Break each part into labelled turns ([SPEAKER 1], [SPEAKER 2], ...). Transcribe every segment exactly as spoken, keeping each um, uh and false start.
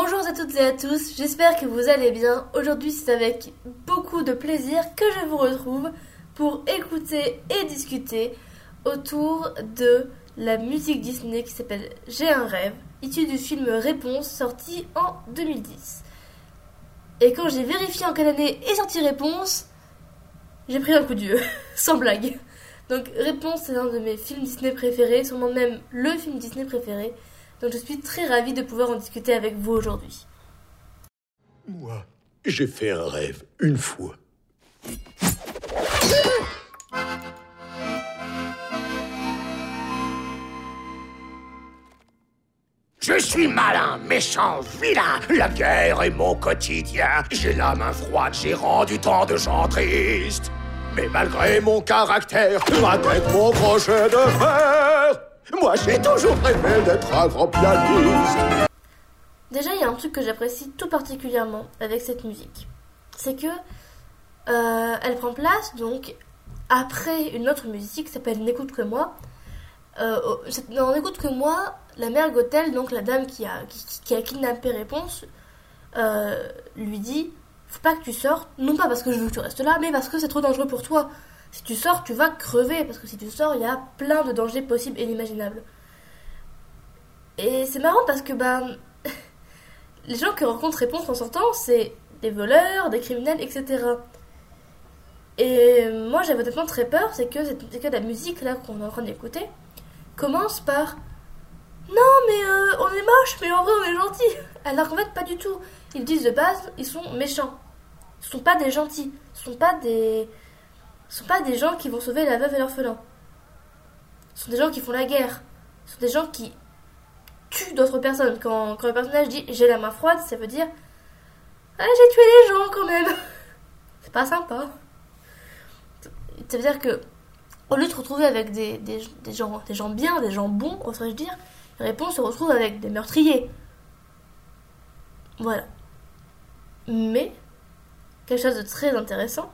[SPEAKER 1] Bonjour à toutes et à tous, j'espère que vous allez bien. Aujourd'hui, c'est avec beaucoup de plaisir que je vous retrouve pour écouter et discuter autour de la musique Disney qui s'appelle J'ai un rêve, issue du film Réponse sorti en deux mille dix. Et quand j'ai vérifié en quelle année est sortie Réponse, j'ai pris un coup de vieux, sans blague. Donc Réponse, c'est un de mes films Disney préférés, sûrement même le film Disney préféré. Donc je suis très ravie de pouvoir en discuter avec vous aujourd'hui.
[SPEAKER 2] Moi, j'ai fait un rêve une fois.
[SPEAKER 3] Je suis malin, méchant, vilain. La guerre est mon quotidien. J'ai la main froide, j'ai rendu tant de gens tristes. Mais malgré mon caractère, ma tête, mon crochet de fer, moi j'ai toujours rêvé d'être un grand pianiste.
[SPEAKER 1] Déjà, il y a un truc que j'apprécie tout particulièrement avec cette musique. C'est que euh, elle prend place donc après une autre musique qui s'appelle N'écoute que moi. Euh, dans N'écoute que moi, la mère Gothel, donc la dame qui a, qui, qui a kidnappé Réponse, euh, lui dit « Faut pas que tu sortes, non pas parce que je veux que tu restes là, mais parce que c'est trop dangereux pour toi. Si tu sors, tu vas crever, parce que si tu sors, il y a plein de dangers possibles et inimaginables. » Et c'est marrant parce que bah, les gens qui rencontrent Réponse en sortant, c'est des voleurs, des criminels, et cetera. Et moi, j'avais honnêtement très peur, c'est que, c'est que la musique là qu'on est en train d'écouter commence par « Non, mais euh, on est moche, mais en vrai, on est gentil. » Alors qu'en fait, pas du tout. Ils disent de base, ils sont méchants. Ce sont pas des gentils. Ce sont pas des... Ce sont pas des gens qui vont sauver la veuve et l'orphelin. Ce sont des gens qui font la guerre. Ce sont des gens qui tuent d'autres personnes. Quand, quand le personnage dit « j'ai la main froide », ça veut dire « ah, j'ai tué des gens quand même ». C'est pas sympa. Ça veut dire que au lieu de se retrouver avec des, des, des, gens, des gens bien, des gens bons, oserais-je dire, Réponse se retrouve avec des meurtriers. Voilà. Mais, quelque chose de très intéressant,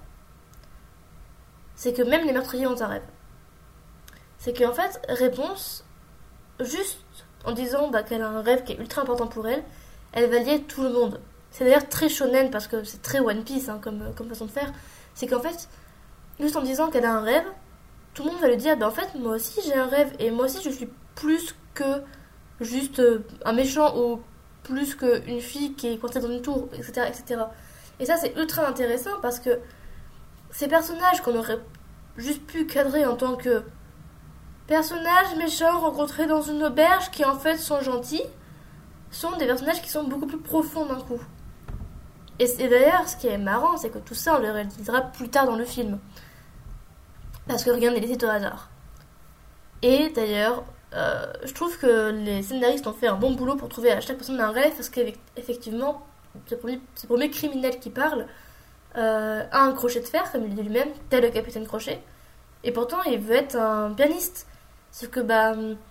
[SPEAKER 1] c'est que même les meurtriers ont un rêve. C'est qu'en fait, Réponse, juste en disant bah, qu'elle a un rêve qui est ultra important pour elle, elle va lier tout le monde. C'est d'ailleurs très shonen, parce que c'est très One Piece hein, comme, comme façon de faire. C'est qu'en fait, juste en disant qu'elle a un rêve, tout le monde va lui dire bah, en fait, moi aussi j'ai un rêve, et moi aussi je suis plus que juste un méchant, ou plus qu'une fille qui est coincée dans une tour, et cetera, et cetera. Et ça, c'est ultra intéressant, parce que ces personnages qu'on aurait juste pu cadrer en tant que personnages méchants rencontrés dans une auberge qui en fait sont gentils, sont des personnages qui sont beaucoup plus profonds d'un coup. Et, et d'ailleurs, ce qui est marrant, c'est que tout ça, on le réalisera plus tard dans le film. Parce que rien n'est laissé au hasard. Et d'ailleurs, euh, je trouve que les scénaristes ont fait un bon boulot pour trouver à chaque personne un rêve, parce qu'effectivement, ce premier, ce premier criminel qui parle euh, a un crochet de fer, comme il dit lui-même, tel le capitaine Crochet, et pourtant il veut être un pianiste. Sauf que bah,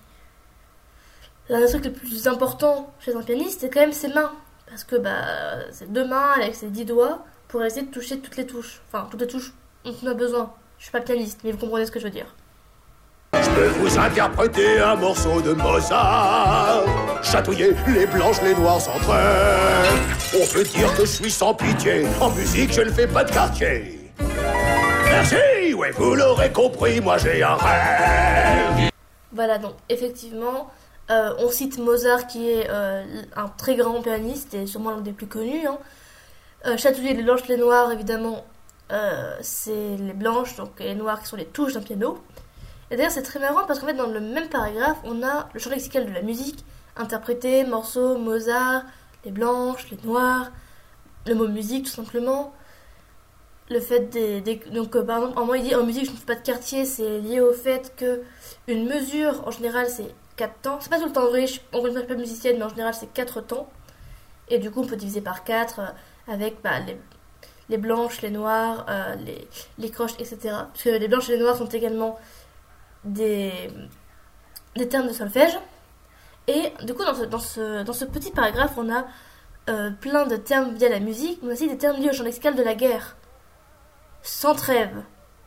[SPEAKER 1] le truc le plus important chez un pianiste, c'est quand même ses mains, parce que bah, c'est deux mains avec ses dix doigts pour essayer de toucher toutes les touches, enfin toutes les touches dont on a besoin. Je suis pas pianiste, mais vous comprenez ce que je veux dire.
[SPEAKER 3] Je peux vous interpréter un morceau de Mozart, chatouiller les blanches, les noirs entre eux. On peut dire que je suis sans pitié, en musique je ne fais pas de quartier. Merci, ouais, vous l'aurez compris, moi j'ai un rêve.
[SPEAKER 1] Voilà, donc effectivement, euh, on cite Mozart qui est euh, un très grand pianiste et sûrement l'un des plus connus. Hein. Euh, chatouiller les blanches, les noirs, évidemment, euh, c'est les blanches, donc les noirs qui sont les touches d'un piano. Et d'ailleurs, c'est très marrant parce qu'en fait, dans le même paragraphe, on a le champ lexical de la musique, interprété, morceau, Mozart, les blanches, les noirs, le mot musique tout simplement. Le fait des... des donc, euh, par exemple, en moi, il dit en musique, je ne fais pas de quartier, c'est lié au fait que une mesure, en général, c'est quatre temps. C'est pas tout le temps vrai, je, on ne suis pas musicienne, mais en général, c'est quatre temps. Et du coup, on peut diviser par quatre euh, avec bah, les, les blanches, les noirs, euh, les, les croches, et cetera. Parce que les blanches et les noirs sont également Des, des termes de solfège. Et du coup, dans ce, dans ce, dans ce petit paragraphe, on a euh, plein de termes liés à la musique, mais aussi des termes liés au champ lexical de la guerre. Sans trêve.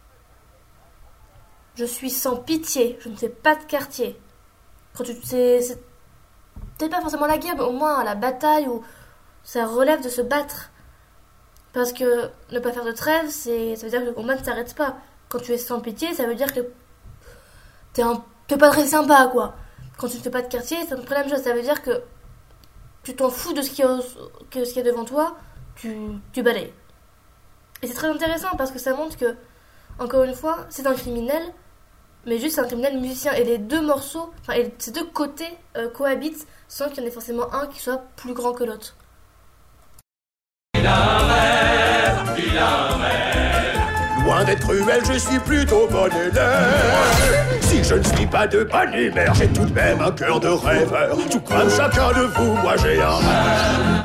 [SPEAKER 1] Je suis sans pitié. Je ne fais pas de quartier. Quand tu... C'est, c'est peut-être pas forcément la guerre, mais au moins la bataille, ou, ça relève de se battre. Parce que ne pas faire de trêve, c'est, ça veut dire que le combat ne s'arrête pas. Quand tu es sans pitié, ça veut dire que t'es, un, t'es pas très sympa, quoi. Quand tu ne fais pas de quartier, c'est un peu la même chose. Ça veut dire que tu t'en fous de ce qu'il y a, que ce qu'il y a devant toi, tu, tu balayes. Et c'est très intéressant parce que ça montre que, encore une fois, c'est un criminel, mais juste c'est un criminel musicien. Et les deux morceaux, enfin, et ces deux côtés euh, cohabitent sans qu'il y en ait forcément un qui soit plus grand que l'autre.
[SPEAKER 3] Il a un rêve, il a un rêve. Loin d'être cruel, je suis plutôt bon élève. Si je ne suis pas de bonne humeur, j'ai tout de même un cœur de rêveur. Tout comme chacun de vous, moi j'ai un rêve.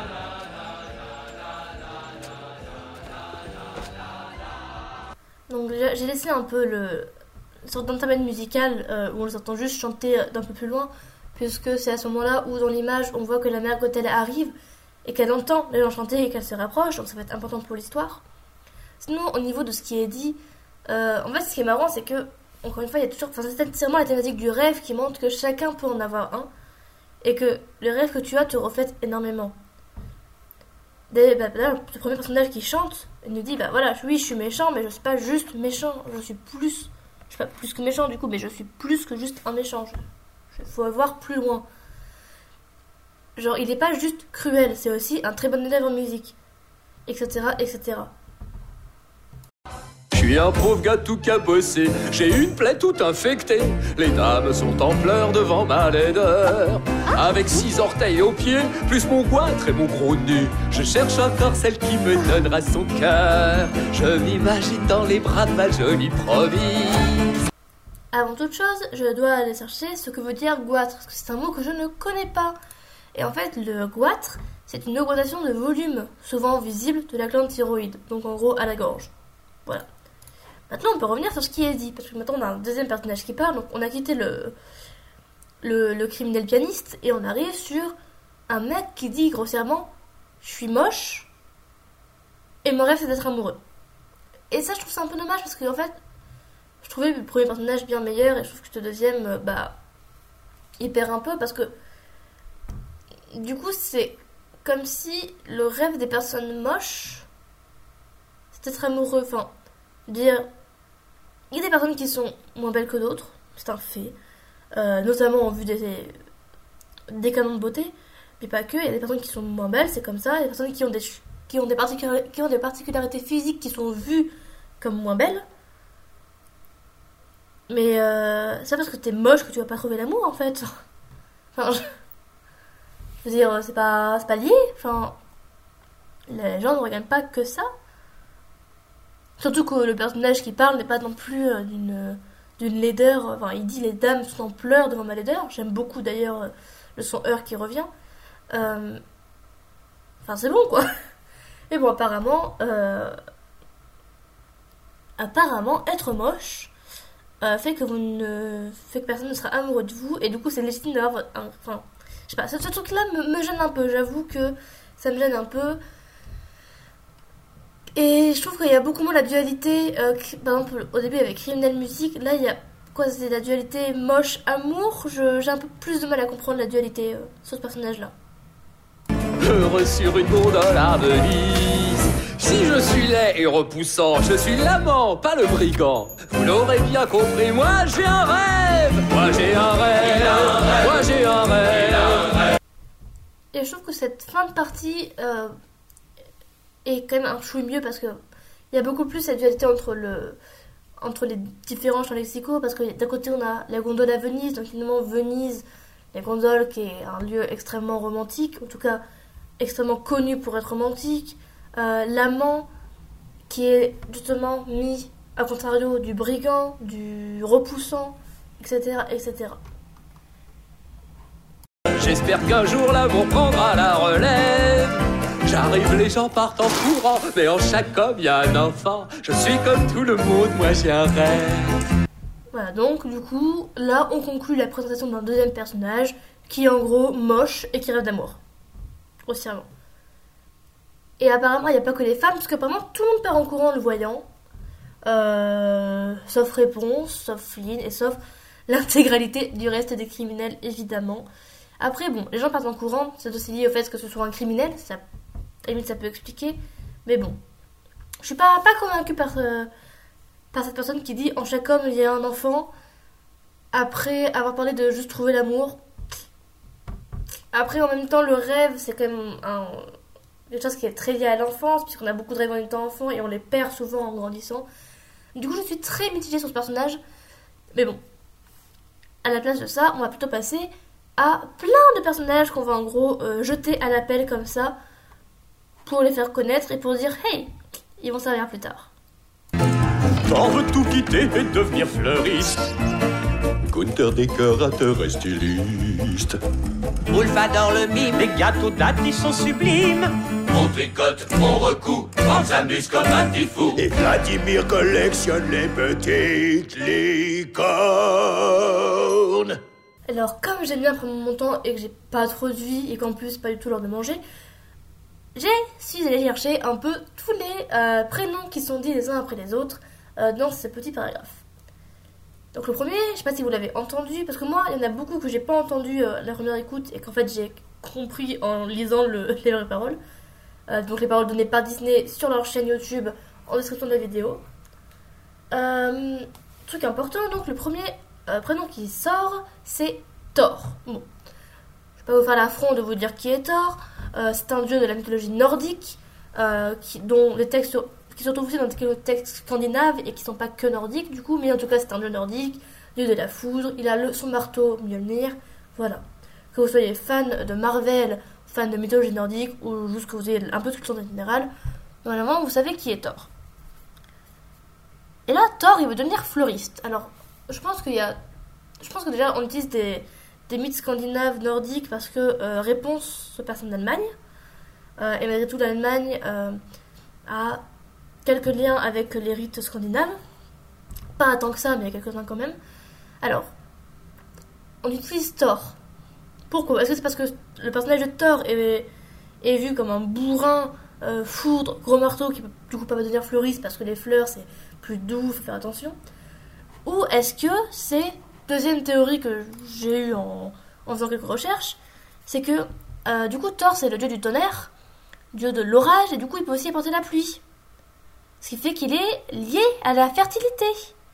[SPEAKER 1] Donc j'ai laissé un peu le une sorte d'intermède musical euh, où on les entend juste chanter d'un peu plus loin, puisque c'est à ce moment-là où dans l'image on voit que la mère Gothel arrive et qu'elle entend les gens chanter et qu'elle se rapproche, donc ça va être important pour l'histoire. Sinon, au niveau de ce qui est dit, euh, en fait ce qui est marrant c'est que, encore une fois, il y a toujours, enfin, c'est vraiment la thématique du rêve qui montre que chacun peut en avoir un et que le rêve que tu as te reflète énormément. Dès, bah, là, le premier personnage qui chante, il nous dit, bah voilà, oui, je suis méchant, mais je suis pas juste méchant, je suis plus, je suis pas plus que méchant du coup, mais je suis plus que juste un méchant. Il faut voir plus loin. Genre, il est pas juste cruel, c'est aussi un très bon élève en musique, et cetera, et cetera.
[SPEAKER 4] Je suis un pauvre gars tout cabossé, j'ai une plaie toute infectée. Les dames sont en pleurs devant ma laideur. Avec six orteils aux pieds, plus mon goitre et mon gros nez, je cherche encore celle qui me donnera son cœur. Je m'imagine dans les bras de ma jolie promise.
[SPEAKER 1] Avant toute chose, je dois aller chercher ce que veut dire goitre, parce que c'est un mot que je ne connais pas. Et en fait, le goitre, c'est une augmentation de volume, souvent visible, de la glande thyroïde, donc en gros à la gorge. Voilà. Maintenant, on peut revenir sur ce qui est dit, parce que maintenant on a un deuxième personnage qui parle, donc on a quitté le, le, le criminel pianiste, et on arrive sur un mec qui dit grossièrement « Je suis moche, et mon rêve c'est d'être amoureux ». Et ça, je trouve ça un peu dommage, parce que en fait, je trouvais le premier personnage bien meilleur, et je trouve que le deuxième, bah, il perd un peu, parce que du coup, c'est comme si le rêve des personnes moches, c'est d'être amoureux, enfin... dire, il y a des personnes qui sont moins belles que d'autres, c'est un fait, euh, notamment en vue des, des canons de beauté, mais pas que, il y a des personnes qui sont moins belles, c'est comme ça, il y a des personnes qui ont des, qui ont des, particular, qui ont des particularités physiques qui sont vues comme moins belles, mais euh, c'est parce que t'es moche que tu vas pas trouver l'amour en fait. Enfin, je, je veux dire, c'est pas, c'est pas lié, enfin, les gens ne regardent pas que ça. Surtout que le personnage qui parle n'est pas non plus euh, d'une, d'une laideur. Enfin, il dit les dames sont en pleurs devant ma laideur. J'aime beaucoup d'ailleurs euh, le son heure qui revient. Euh... Enfin, c'est bon quoi. Et bon, apparemment, euh... apparemment, être moche euh, fait que vous ne, fait que personne ne sera amoureux de vous. Et du coup, c'est légitime d'avoir un. Enfin, je sais pas. Ce, ce truc-là me, me gêne un peu. J'avoue que ça me gêne un peu. Et je trouve qu'il y a beaucoup moins la dualité, euh, par exemple au début avec Criminel Musique, là il y a quoi, c'est la dualité moche-amour, je, j'ai un peu plus de mal à comprendre la dualité euh, sur ce personnage-là.
[SPEAKER 4] Heureux sur une gondole à Venise. Si je suis laid et repoussant, je suis l'amant, pas le brigand. Vous l'aurez bien compris, moi j'ai un rêve. Moi j'ai un rêve. Moi j'ai un rêve.
[SPEAKER 1] Et je trouve que cette fin de partie... Euh, et quand même un chouille mieux parce que il y a beaucoup plus cette dualité entre le entre les différents champs lexicaux, parce que d'un côté on a la gondole à Venise, donc finalement Venise, la gondole qui est un lieu extrêmement romantique, en tout cas extrêmement connu pour être romantique, euh, l'amant qui est justement mis à contrario du brigand, du repoussant, et cetera, et cetera.
[SPEAKER 4] J'espère qu'un jour l'amour prendra la relève. J'arrive, les gens partent en courant, mais en chaque homme il y a un enfant. Je suis comme tout le monde, moi j'ai un rêve.
[SPEAKER 1] Voilà, donc du coup, là on conclut la présentation d'un deuxième personnage qui est en gros moche et qui rêve d'amour. Grossièrement. Et apparemment, il n'y a pas que les femmes, parce qu'apparemment tout le monde part en courant en le voyant. Euh, sauf Réponse, sauf Lynn, et sauf l'intégralité du reste des criminels, évidemment. Après, bon, les gens partent en courant, c'est aussi lié au fait que ce soit un criminel, ça à la limite ça peut expliquer, mais bon. Je suis pas, pas convaincue par, euh, par cette personne qui dit en chaque homme il y a un enfant, après avoir parlé de juste trouver l'amour. Après en même temps le rêve c'est quand même un, quelque chose qui est très lié à l'enfance, puisqu'on a beaucoup de rêves en étant enfant et on les perd souvent en grandissant. Du coup je suis très mitigée sur ce personnage, mais bon. À la place de ça, on va plutôt passer à plein de personnages qu'on va en gros euh, jeter à l'appel comme ça pour les faire connaître et pour dire hey, ils vont servir plus tard.
[SPEAKER 4] T'en veux tout quitter et devenir fleuriste.
[SPEAKER 2] Gunther, décorateur et styliste.
[SPEAKER 5] Wolf adore le mime,
[SPEAKER 4] Les gâteaux d'Atti sont sublimes.
[SPEAKER 6] On tricote, on recoue, on s'amuse comme un petit fou.
[SPEAKER 3] Et Vladimir collectionne les petites licornes.
[SPEAKER 1] Alors comme j'aime bien prendre mon temps et que j'ai pas trop de vie et qu'en plus pas du tout l'heure de manger, j'ai suis allée chercher un peu tous les euh, prénoms qui sont dits les uns après les autres euh, dans ce petit paragraphe. Donc le premier, je sais pas si vous l'avez entendu, parce que moi il y en a beaucoup que j'ai pas entendu euh, la première écoute et qu'en fait j'ai compris en lisant le, les vraies paroles. Euh, donc les paroles données par Disney sur leur chaîne YouTube en description de la vidéo. Euh, truc important, donc le premier euh, prénom qui sort, c'est Thor. Bon, je vais pas vous faire l'affront de vous dire qui est Thor. Euh, c'est un dieu de la mythologie nordique, euh, qui, dont les textes qui sont aussi dans quelques textes scandinaves et qui sont pas que nordiques du coup, mais en tout cas c'est un dieu nordique, dieu de la foudre. Il a le, son marteau Mjolnir, voilà. Que vous soyez fan de Marvel, fan de mythologie nordique ou juste que vous ayez un peu de culture en général, normalement vous savez qui est Thor. Et là, Thor, il veut devenir fleuriste. Alors, je pense qu'il y a, je pense que déjà on utilise des, des mythes scandinaves nordiques parce que euh, Réponse se passe en Allemagne euh, et malgré tout l'Allemagne euh, a quelques liens avec les rites scandinaves, pas tant que ça, mais il y a quelques-uns quand même. Alors, on utilise Thor. Pourquoi ? Est-ce que c'est parce que le personnage de Thor est, est vu comme un bourrin, euh, foudre, gros marteau qui peut du coup pas devenir fleuriste parce que les fleurs c'est plus doux, faut faire attention ? Ou est-ce que c'est, deuxième théorie que j'ai eue en, en faisant quelques recherches, c'est que euh, du coup Thor c'est le dieu du tonnerre, dieu de l'orage, et du coup il peut aussi apporter la pluie. Ce qui fait qu'il est lié à la fertilité.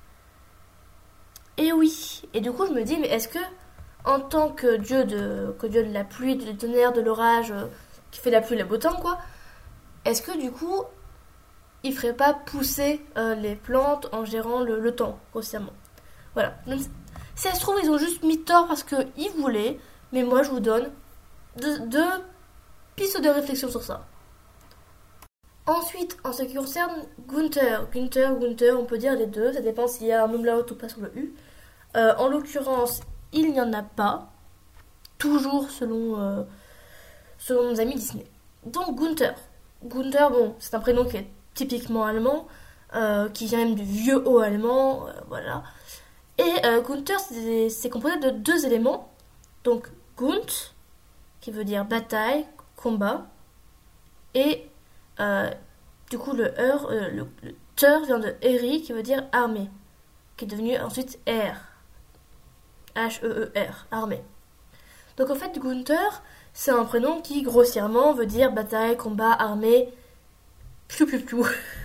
[SPEAKER 1] Et oui, et du coup je me dis, mais est-ce que en tant que dieu de, que dieu de la pluie, du tonnerre, de l'orage, euh, qui fait la pluie et le beau temps, quoi, est-ce que du coup, il ferait pas pousser euh, les plantes en gérant le, le temps, grossièrement ? Voilà. Donc, si ça se trouve, ils ont juste mis Thor parce qu'ils voulaient, mais moi je vous donne deux, deux pistes de réflexion sur ça. Ensuite, en ce qui concerne Gunther, Gunther, Gunther, on peut dire les deux, ça dépend s'il y a un umlaut ou pas sur le U. Euh, en l'occurrence, il n'y en a pas, toujours selon, euh, selon nos amis Disney. Donc Gunther. Gunther, bon, c'est un prénom qui est typiquement allemand, euh, qui vient même du vieux haut allemand, euh, voilà. Et euh, Gunther, c'est, c'est composé de deux éléments. Donc Gunt, qui veut dire bataille, combat, et euh, du coup le Eur, euh, le, le Ter vient de Eri, qui veut dire armée, qui est devenu ensuite R. H E E R, armée. Donc en fait, Gunther, c'est un prénom qui, grossièrement, veut dire bataille, combat, armée, piou piou piou.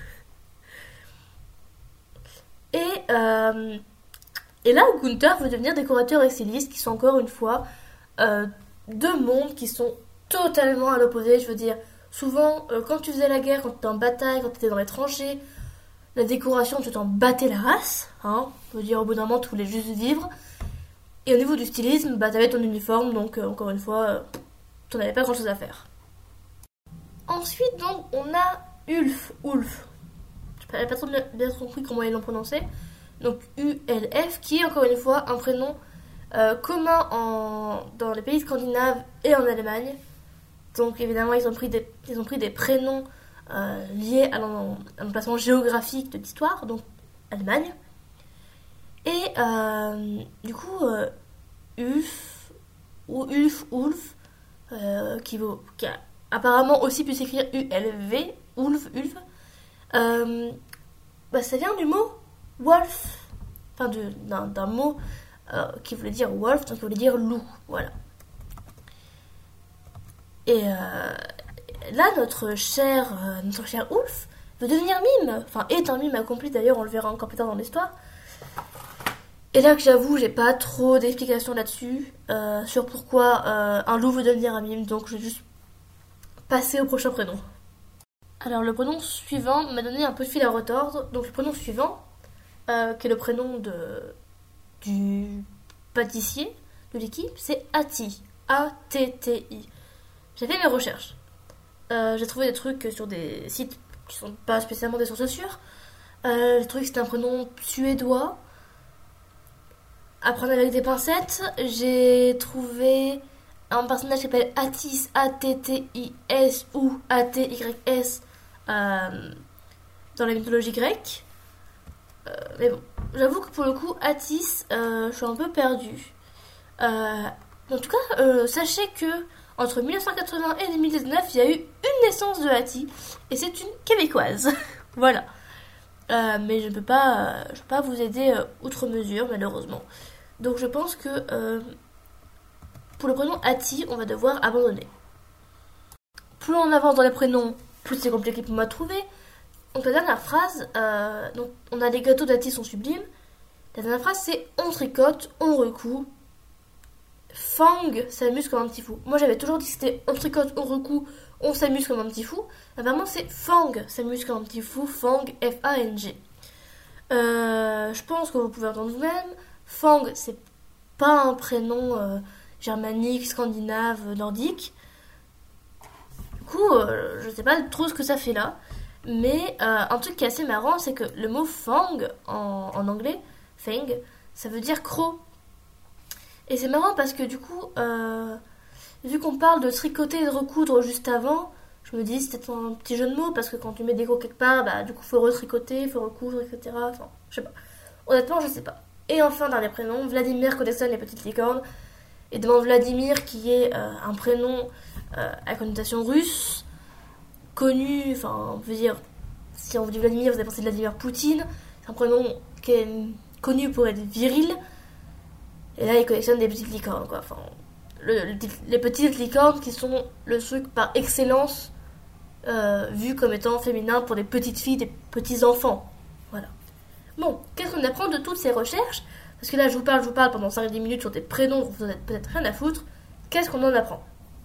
[SPEAKER 1] Et, euh, et là, Gunther veut devenir décorateur et styliste, qui sont encore une fois euh, deux mondes qui sont totalement à l'opposé. Je veux dire, souvent, euh, quand tu faisais la guerre, quand tu étais en bataille, quand tu étais dans les tranchées, la décoration, tu t'en battais la race. Hein, je veux dire, au bout d'un moment, tu voulais juste vivre. Et au niveau du stylisme, bah t'avais ton uniforme, donc euh, encore une fois, euh, t'en avais pas grand chose à faire. Ensuite, donc, on a Ulf, Ulf. Je n'avais pas trop bien, bien compris comment ils l'ont prononcé. Donc U L F, qui est encore une fois un prénom euh, commun en, dans les pays scandinaves et en Allemagne. Donc évidemment, ils ont pris des, ils ont pris des prénoms euh, liés à l'emplacement géographique de l'histoire, donc Allemagne. Et euh, du coup, euh, Ulf, ou Ulf, Ulf, euh, qui, vaut, qui a apparemment aussi pu s'écrire U L V, Ulf, Ulf, euh, bah, ça vient du mot wolf, enfin de, d'un, d'un mot euh, qui voulait dire wolf, donc qui voulait dire loup, voilà. Et euh, là, notre cher, euh, notre cher Ulf veut devenir mime. Enfin, est un mime accompli d'ailleurs, on le verra encore plus tard dans l'histoire. Et là que j'avoue, j'ai pas trop d'explications là-dessus, euh, sur pourquoi euh, un loup veut devenir un mime, donc je vais juste passer au prochain prénom. Alors le prénom suivant m'a donné un peu de fil à retordre, donc le prénom suivant, euh, qui est le prénom de, du pâtissier de l'équipe, c'est Atti, A T T I. J'ai fait mes recherches, euh, j'ai trouvé des trucs sur des sites qui sont pas spécialement des sources sûres, euh, j'ai trouvé que c'était un prénom suédois. À prendre avec des pincettes, j'ai trouvé un personnage qui s'appelle Attis, A T T I S ou A T Y S euh, dans la mythologie grecque. Euh, mais bon, j'avoue que pour le coup, Attis, euh, je suis un peu perdue. Euh, en tout cas, euh, sachez que entre mille neuf cent quatre-vingts et deux mille dix-neuf, il y a eu une naissance de Atti, et c'est une québécoise. Voilà. Euh, mais je ne peux pas, je peux pas vous aider euh, outre mesure, malheureusement. Donc je pense que euh, pour le prénom Atti, on va devoir abandonner. Plus on avance dans les prénoms, plus c'est compliqué pour moi de trouver. Donc la dernière phrase, euh, donc on a les gâteaux d'Atti sont sublimes. La dernière phrase c'est on tricote, on recoue. Fang s'amuse comme un petit fou. Moi j'avais toujours dit que c'était on tricote, on recoue, on s'amuse comme un petit fou. Apparemment c'est Fang s'amuse comme un petit fou. Fang, F A N G. Euh, je pense que vous pouvez entendre vous-même. Fang, c'est pas un prénom euh, germanique, scandinave, nordique. Du coup, euh, je sais pas trop ce que ça fait là. Mais euh, un truc qui est assez marrant, c'est que le mot fang en, en anglais, fang, ça veut dire croc. Et c'est marrant parce que du coup, euh, vu qu'on parle de tricoter et de recoudre juste avant, je me dis c'était un petit jeu de mots parce que quand tu mets des crocs quelque part, bah du coup faut retricoter, il faut recoudre, et cetera. Enfin, je sais pas. Honnêtement, je sais pas. Et enfin, dernier prénom, Vladimir collectionne les petites licornes. Et demande Vladimir, qui est euh, un prénom euh, à connotation russe, connu, enfin, on veut dire, si on vous dit Vladimir, vous avez pensé Vladimir Poutine. C'est un prénom qui est connu pour être viril. Et là, il collectionne des petites licornes, quoi. Enfin, le, le, les petites licornes qui sont le truc par excellence euh, vu comme étant féminin pour des petites filles, des petits enfants. Voilà. Bon, qu'est-ce qu'on apprend de toutes ces recherches? Parce que là, je vous parle, je vous parle pendant cinq à dix minutes sur des prénoms dont vous n'avez peut-être rien à foutre. Qu'est-ce qu'on en apprend?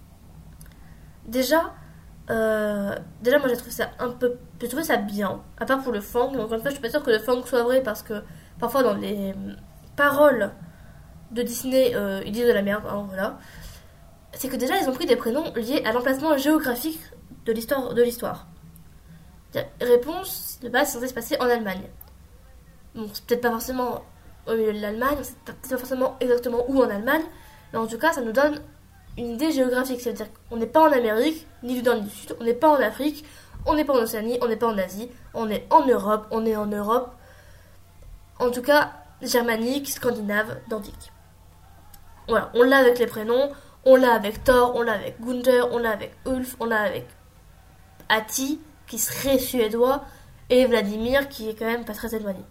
[SPEAKER 1] Déjà, euh, déjà, moi j'ai trouvé ça un peu, j'ai trouvé ça bien, à part pour le fang. Encore une fois, je suis pas sûre que le fang soit vrai parce que parfois dans les paroles de Disney, euh, ils disent de la merde. Hein, voilà. C'est que déjà, ils ont pris des prénoms liés à l'emplacement géographique de l'histoire. De l'histoire. Réponse de base, c'est censé se passer en Allemagne. Bon, c'est peut-être pas forcément au milieu de l'Allemagne, c'est peut-être pas forcément exactement où en Allemagne, mais en tout cas, ça nous donne une idée géographique. C'est-à-dire qu'on n'est pas en Amérique, ni du Nord ni du Sud, on n'est pas en Afrique, on n'est pas en Océanie, on n'est pas en Asie, on est en Europe, on est en Europe, en tout cas, germanique, scandinave, nordique. Voilà, on l'a avec les prénoms, on l'a avec Thor, on l'a avec Gunther, on l'a avec Ulf, on l'a avec Atti, qui serait suédois, et Vladimir, qui est quand même pas très éloigné.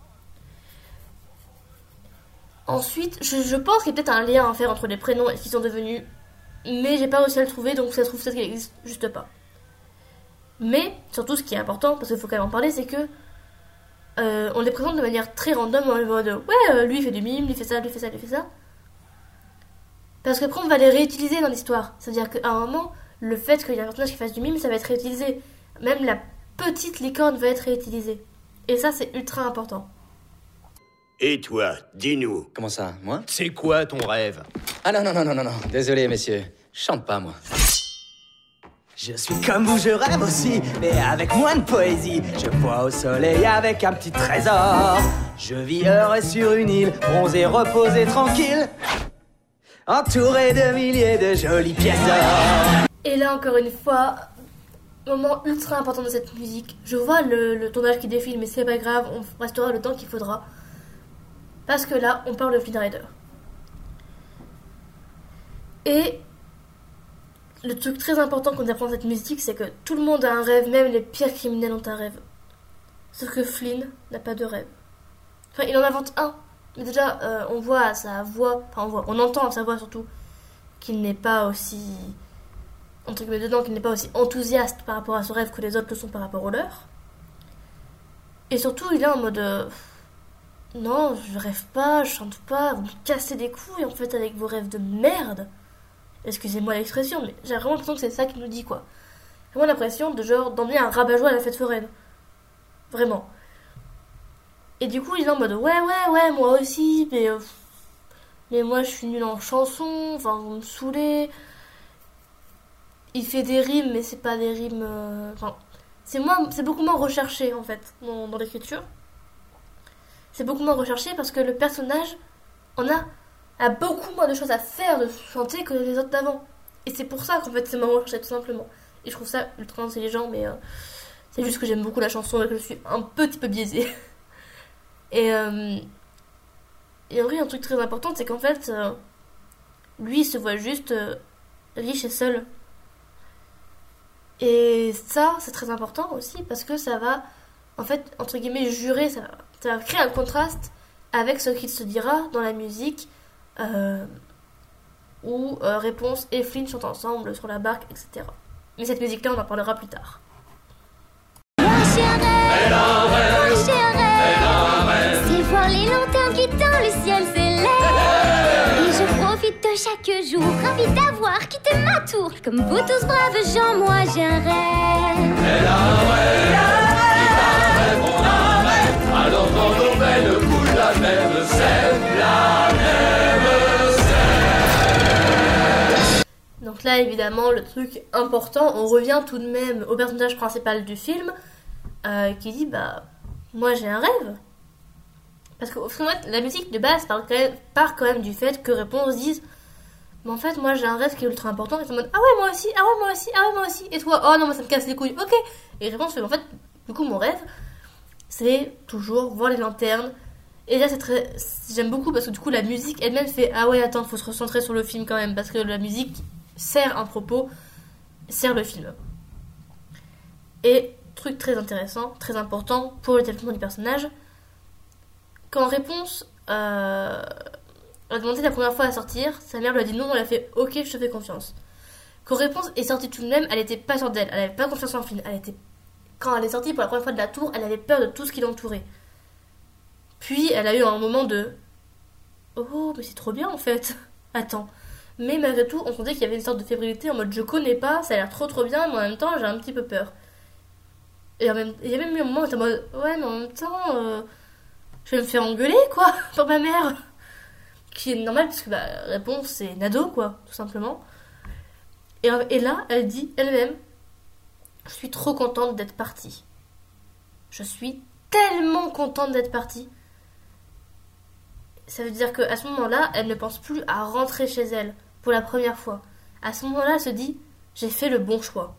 [SPEAKER 1] Ensuite, je, je pense qu'il y a peut-être un lien à faire entre les prénoms et ce qu'ils sont devenus, mais j'ai pas réussi à le trouver, donc ça se trouve peut-être qu'il existe juste pas. Mais, surtout, ce qui est important, parce qu'il faut quand même en parler, c'est que euh, on les présente de manière très random, en mode ouais, euh, lui il fait du mime, lui fait ça, lui fait ça, lui fait ça. Parce qu'après, on va les réutiliser dans l'histoire. C'est-à-dire qu'à un moment, le fait qu'il y ait un personnage qui fasse du mime, ça va être réutilisé. Même la petite licorne va être réutilisée. Et ça, c'est ultra important.
[SPEAKER 2] Et toi, dis-nous.
[SPEAKER 5] Comment ça, moi?
[SPEAKER 2] C'est quoi ton rêve?
[SPEAKER 5] Ah non, non, non, non, non, non. Désolé, messieurs. Je chante pas, moi.
[SPEAKER 7] Je suis comme vous, je rêve aussi, mais avec moins de poésie. Je vois au soleil avec un petit trésor. Je vis heureux sur une île, bronzé, reposé, tranquille, entouré de milliers de jolies pièces d'or.
[SPEAKER 1] Et là, encore une fois, moment ultra important de cette musique. Je vois le, le tournage qui défile, mais c'est pas grave, on restera le temps qu'il faudra. Parce que là, on parle de Flynn Rider. Et le truc très important qu'on apprend dans cette musique, c'est que tout le monde a un rêve, même les pires criminels ont un rêve. Sauf que Flynn n'a pas de rêve. Enfin, il en invente un. Mais déjà, euh, on voit à sa voix, enfin on voit, on entend à sa voix surtout, qu'il n'est pas aussi entre guillemets dedans, qu'il n'est pas aussi enthousiaste par rapport à son rêve que les autres le sont par rapport au leur. Et surtout, il est en mode euh, non, je rêve pas, je chante pas, vous me cassez des couilles en fait avec vos rêves de merde. Excusez-moi l'expression, mais j'ai vraiment l'impression que c'est ça qu'il nous dit, quoi. J'ai vraiment l'impression de genre d'emmener un rabat-joie à la fête foraine. Vraiment. Et du coup, il est en mode ouais, ouais, ouais, moi aussi, mais euh, mais moi je suis nul en chanson, enfin vous me saoulez. Il fait des rimes, mais c'est pas des rimes. Euh, enfin, c'est moins, c'est beaucoup moins recherché en fait dans, dans l'écriture. C'est beaucoup moins recherché parce que le personnage en a, a beaucoup moins de choses à faire de chanter que les autres d'avant. Et c'est pour ça qu'en fait c'est moins recherché tout simplement. Et je trouve ça ultra intelligent, mais euh, c'est juste que j'aime beaucoup la chanson et que je suis un petit peu biaisée. Et, euh, et en vrai, un truc très important, c'est qu'en fait, euh, lui, il se voit juste euh, riche et seul. Et ça, c'est très important aussi, parce que ça va, en fait, entre guillemets, jurer, ça va, ça va créer un contraste avec ce qu'il se dira dans la musique, euh, où euh, Réponse et Flynn chantent ensemble sur la barque, et cetera. Mais cette musique-là, on en parlera plus tard.
[SPEAKER 8] Moi j'ai un rêve, moi j'ai un rêve, c'est voir les lanternes qui dans le ciel s'élèvent. Et je profite de chaque jour, ravi d'avoir quitté ma tour. Comme vous tous braves gens, moi j'ai un rêve.
[SPEAKER 6] Elle a un rêve, il a un rêve, on a un rêve. Alors dans nos veines coule la même sève, la même sève.
[SPEAKER 1] Donc là, évidemment, le truc important, on revient tout de même au personnage principal du film, euh, qui dit, bah, moi j'ai un rêve. Parce qu'au final, la musique de base part quand, même, part quand même du fait que Réponse dise, mais en fait, moi j'ai un rêve qui est ultra important, et c'est en mode, ah ouais, moi aussi, ah ouais, moi aussi, ah ouais, moi aussi, et toi, oh non, moi ça me casse les couilles, ok. Et Réponse fait, en fait, du coup, mon rêve, c'est toujours voir les lanternes. Et là, c'est très, j'aime beaucoup parce que du coup, la musique elle-même fait, ah ouais, attends, faut se recentrer sur le film quand même, parce que la musique sert un propos, sert le film. Et truc très intéressant, très important pour le développement du personnage, quand Réponse euh, a demandé la première fois à sortir, sa mère lui a dit non, elle a fait ok, je te fais confiance. Quand Réponse est sortie tout de même, elle était pas sûre d'elle, elle avait pas confiance en Flynn, elle était, quand elle est sortie pour la première fois de la tour, elle avait peur de tout ce qui l'entourait. Puis elle a eu un moment de oh, mais c'est trop bien en fait, attends. Mais malgré tout, on sentait qu'il y avait une sorte de fébrilité en mode je connais pas, ça a l'air trop trop bien, mais en même temps j'ai un petit peu peur. Et en même, il y a même eu un moment où t'es en mode ouais, mais en même temps, euh, je vais me faire engueuler quoi, par ma mère. Qui est normal parce que bah, Réponse c'est une ado quoi, tout simplement. Et, et là, elle dit elle-même, je suis trop contente d'être partie. Je suis tellement contente d'être partie. Ça veut dire qu'à ce moment-là, elle ne pense plus à rentrer chez elle pour la première fois. À ce moment-là, elle se dit, j'ai fait le bon choix.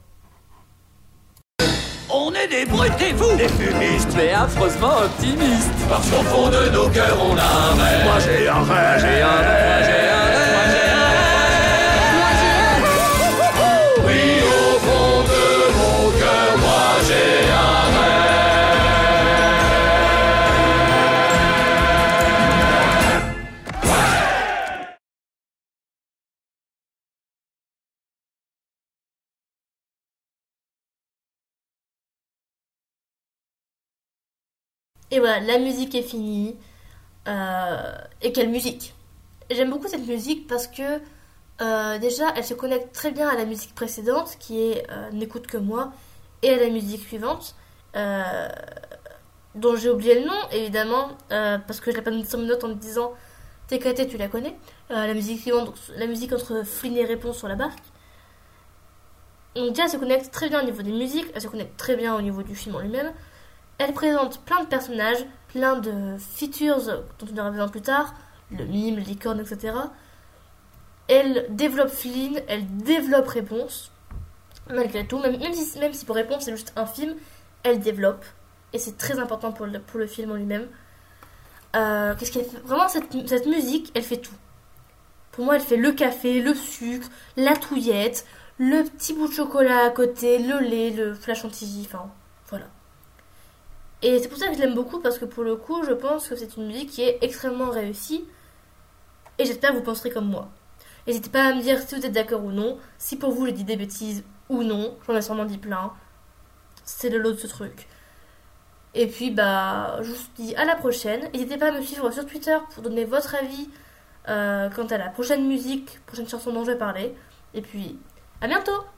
[SPEAKER 6] On est des brutes et vous, des fumistes,
[SPEAKER 4] mais affreusement optimiste.
[SPEAKER 6] parce qu'au fond de nos cœurs, on a un rêve.
[SPEAKER 3] Moi j'ai un rêve,
[SPEAKER 6] J'ai un rêve, j'ai un rêve, moi j'ai un rêve. Oui, au fond de mon cœur, moi j'ai un
[SPEAKER 1] Et voilà, la musique est finie. Euh, et quelle musique! J'aime beaucoup cette musique parce que euh, déjà, elle se connecte très bien à la musique précédente, qui est euh, N'écoute que moi, et à la musique suivante, euh, dont j'ai oublié le nom, évidemment, euh, parce que je l'ai pas noté sur mes notes en me disant T K T, tu la connais. Euh, la musique suivante, donc, la musique entre Flynn et Réponse sur la barque. Donc déjà, elle se connecte très bien au niveau des musiques, elle se connecte très bien au niveau du film en lui-même. Elle présente plein de personnages, plein de features dont on aura besoin plus tard, le mime, les licorne, et cetera. Elle développe Flynn, elle développe Réponse, malgré tout, même, même, si, même si pour Réponse c'est juste un film, elle développe, et c'est très important pour le, pour le film en lui-même. Euh, qu'est-ce qu'elle fait? Vraiment, cette, cette musique, elle fait tout. Pour moi, elle fait le café, le sucre, la touillette, le petit bout de chocolat à côté, le lait, le flash chantilly, enfin, voilà. Et c'est pour ça que je l'aime beaucoup, parce que pour le coup, je pense que c'est une musique qui est extrêmement réussie. Et j'espère que vous penserez comme moi. N'hésitez pas à me dire si vous êtes d'accord ou non, si pour vous j'ai dit des bêtises ou non, j'en ai sûrement dit plein. C'est le lot de ce truc. Et puis bah, je vous dis à la prochaine. N'hésitez pas à me suivre sur Twitter pour donner votre avis euh, quant à la prochaine musique, prochaine chanson dont je vais parler. Et puis, à bientôt!